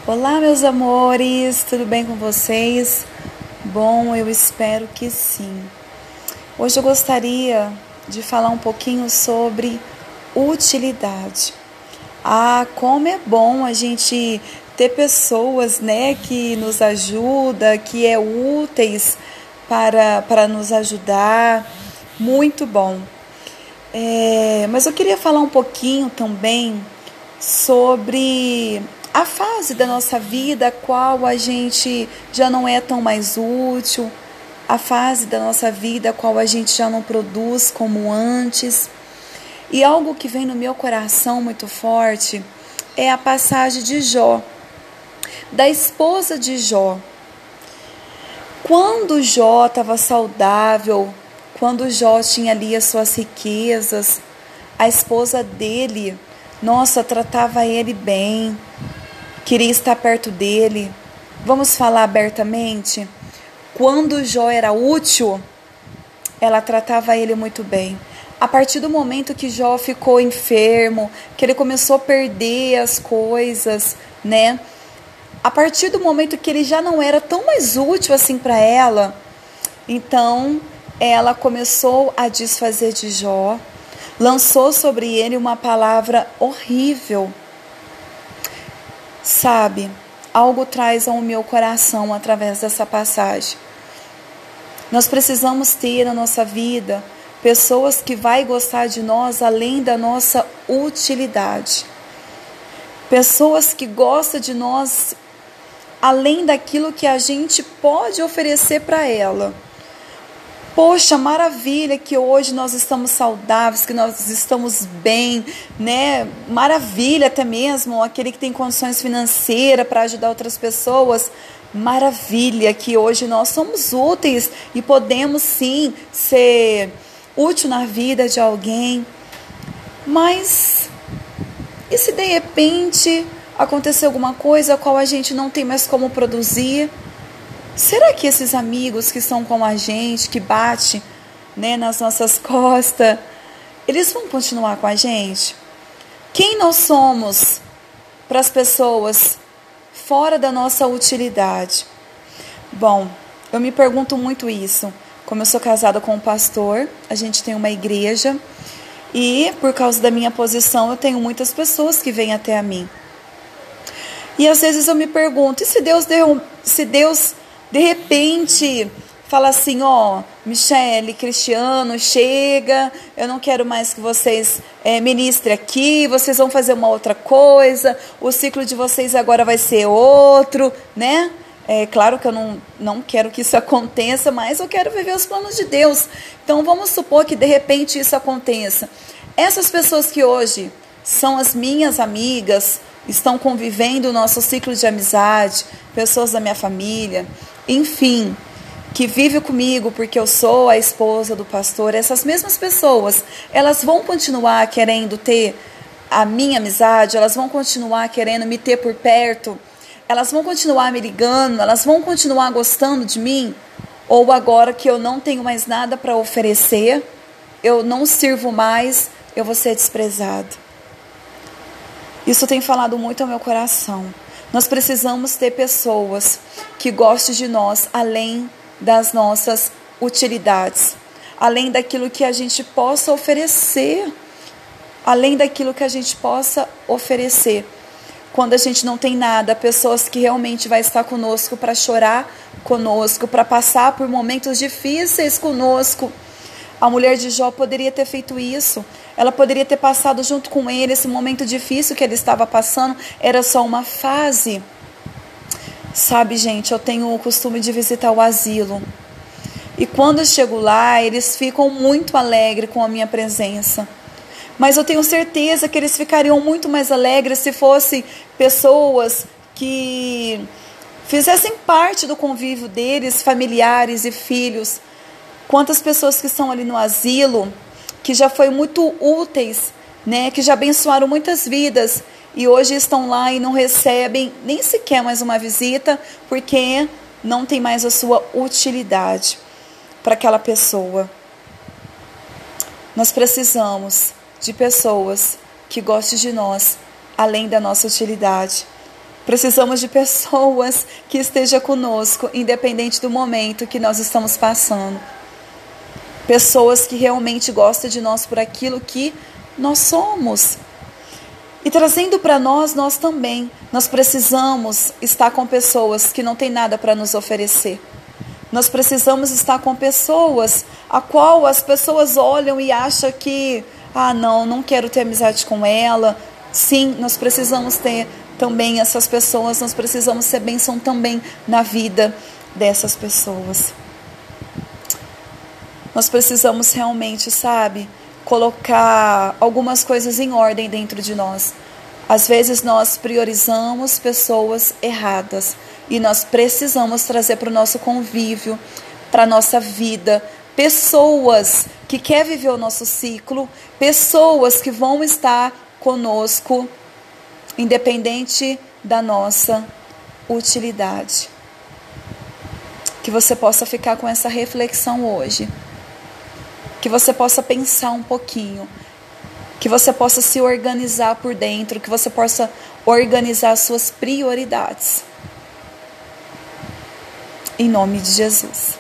Olá, meus amores, tudo bem com vocês? Bom, eu espero que sim. Hoje eu gostaria de falar um pouquinho sobre utilidade. Como é bom a gente ter pessoas, né, que nos ajudam, que é úteis para nos ajudar. Muito bom. Mas eu queria falar um pouquinho também sobre a fase da nossa vida a qual a gente já não é tão mais útil, a fase da nossa vida a qual a gente já não produz como antes. E algo que vem no meu coração muito forte é a passagem de Jó, da esposa de Jó. Quando Jó estava saudável, quando Jó tinha ali as suas riquezas, a esposa dele, nossa, tratava ele bem, queria estar perto dele. Vamos falar abertamente? Quando Jó era útil, ela tratava ele muito bem. A partir do momento que Jó ficou enfermo, que ele começou a perder as coisas, né? A partir do momento que ele já não era tão mais útil assim para ela, então ela começou a desfazer de Jó, lançou sobre ele uma palavra horrível. Sabe, algo traz ao meu coração através dessa passagem. Nós precisamos ter na nossa vida pessoas que vai gostar de nós além da nossa utilidade. Pessoas que gostam de nós além daquilo que a gente pode oferecer para ela. Poxa, maravilha que hoje nós estamos saudáveis, que nós estamos bem, né? Maravilha até mesmo aquele que tem condições financeiras para ajudar outras pessoas. Maravilha que hoje nós somos úteis e podemos sim ser útil na vida de alguém. Mas e se de repente acontecer alguma coisa a qual a gente não tem mais como produzir? Será que esses amigos que estão com a gente, que bate, né, nas nossas costas, eles vão continuar com a gente? Quem nós somos para as pessoas fora da nossa utilidade? Bom, eu me pergunto muito isso. Como eu sou casada com um pastor, a gente tem uma igreja e por causa da minha posição eu tenho muitas pessoas que vêm até a mim. E às vezes eu me pergunto, e se Deus de repente fala assim, Michele, Cristiano, chega, eu não quero mais que vocês ministrem aqui, vocês vão fazer uma outra coisa, o ciclo de vocês agora vai ser outro, né? É claro que eu não quero que isso aconteça, mas eu quero viver os planos de Deus. Então vamos supor que de repente isso aconteça. Essas pessoas que hoje são as minhas amigas, estão convivendo o nosso ciclo de amizade, pessoas da minha família, enfim, que vive comigo porque eu sou a esposa do pastor, essas mesmas pessoas, elas vão continuar querendo ter a minha amizade, elas vão continuar querendo me ter por perto, elas vão continuar me ligando, elas vão continuar gostando de mim, ou agora que eu não tenho mais nada para oferecer, eu não sirvo mais, eu vou ser desprezado. Isso tem falado muito ao meu coração. Nós precisamos ter pessoas que gostem de nós além das nossas utilidades, além daquilo que a gente possa oferecer, além daquilo que a gente possa oferecer. Quando a gente não tem nada, pessoas que realmente vai estar conosco para chorar conosco, para passar por momentos difíceis conosco. A mulher de Jó poderia ter feito isso. Ela poderia ter passado junto com ele esse momento difícil que ele estava passando. Era só uma fase. Sabe, gente, eu tenho o costume de visitar o asilo. E quando eu chego lá, eles ficam muito alegres com a minha presença. Mas eu tenho certeza que eles ficariam muito mais alegres se fossem pessoas que fizessem parte do convívio deles, familiares e filhos. Quantas pessoas que estão ali no asilo, que já foram muito úteis, né, que já abençoaram muitas vidas e hoje estão lá e não recebem nem sequer mais uma visita porque não tem mais a sua utilidade para aquela pessoa. Nós precisamos de pessoas que gostem de nós além da nossa utilidade. Precisamos de pessoas que estejam conosco, independente do momento que nós estamos passando. Pessoas que realmente gostam de nós por aquilo que nós somos. E trazendo para nós também, nós precisamos estar com pessoas que não têm nada para nos oferecer. Nós precisamos estar com pessoas a qual as pessoas olham e acham que, não quero ter amizade com ela. Sim, nós precisamos ter também essas pessoas, nós precisamos ser bênção também na vida dessas pessoas. Nós precisamos realmente, colocar algumas coisas em ordem dentro de nós. Às vezes nós priorizamos pessoas erradas e nós precisamos trazer para o nosso convívio, para a nossa vida, pessoas que querem viver o nosso ciclo, pessoas que vão estar conosco, independente da nossa utilidade. Que você possa ficar com essa reflexão hoje. Que você possa pensar um pouquinho. Que você possa se organizar por dentro. Que você possa organizar as suas prioridades. Em nome de Jesus.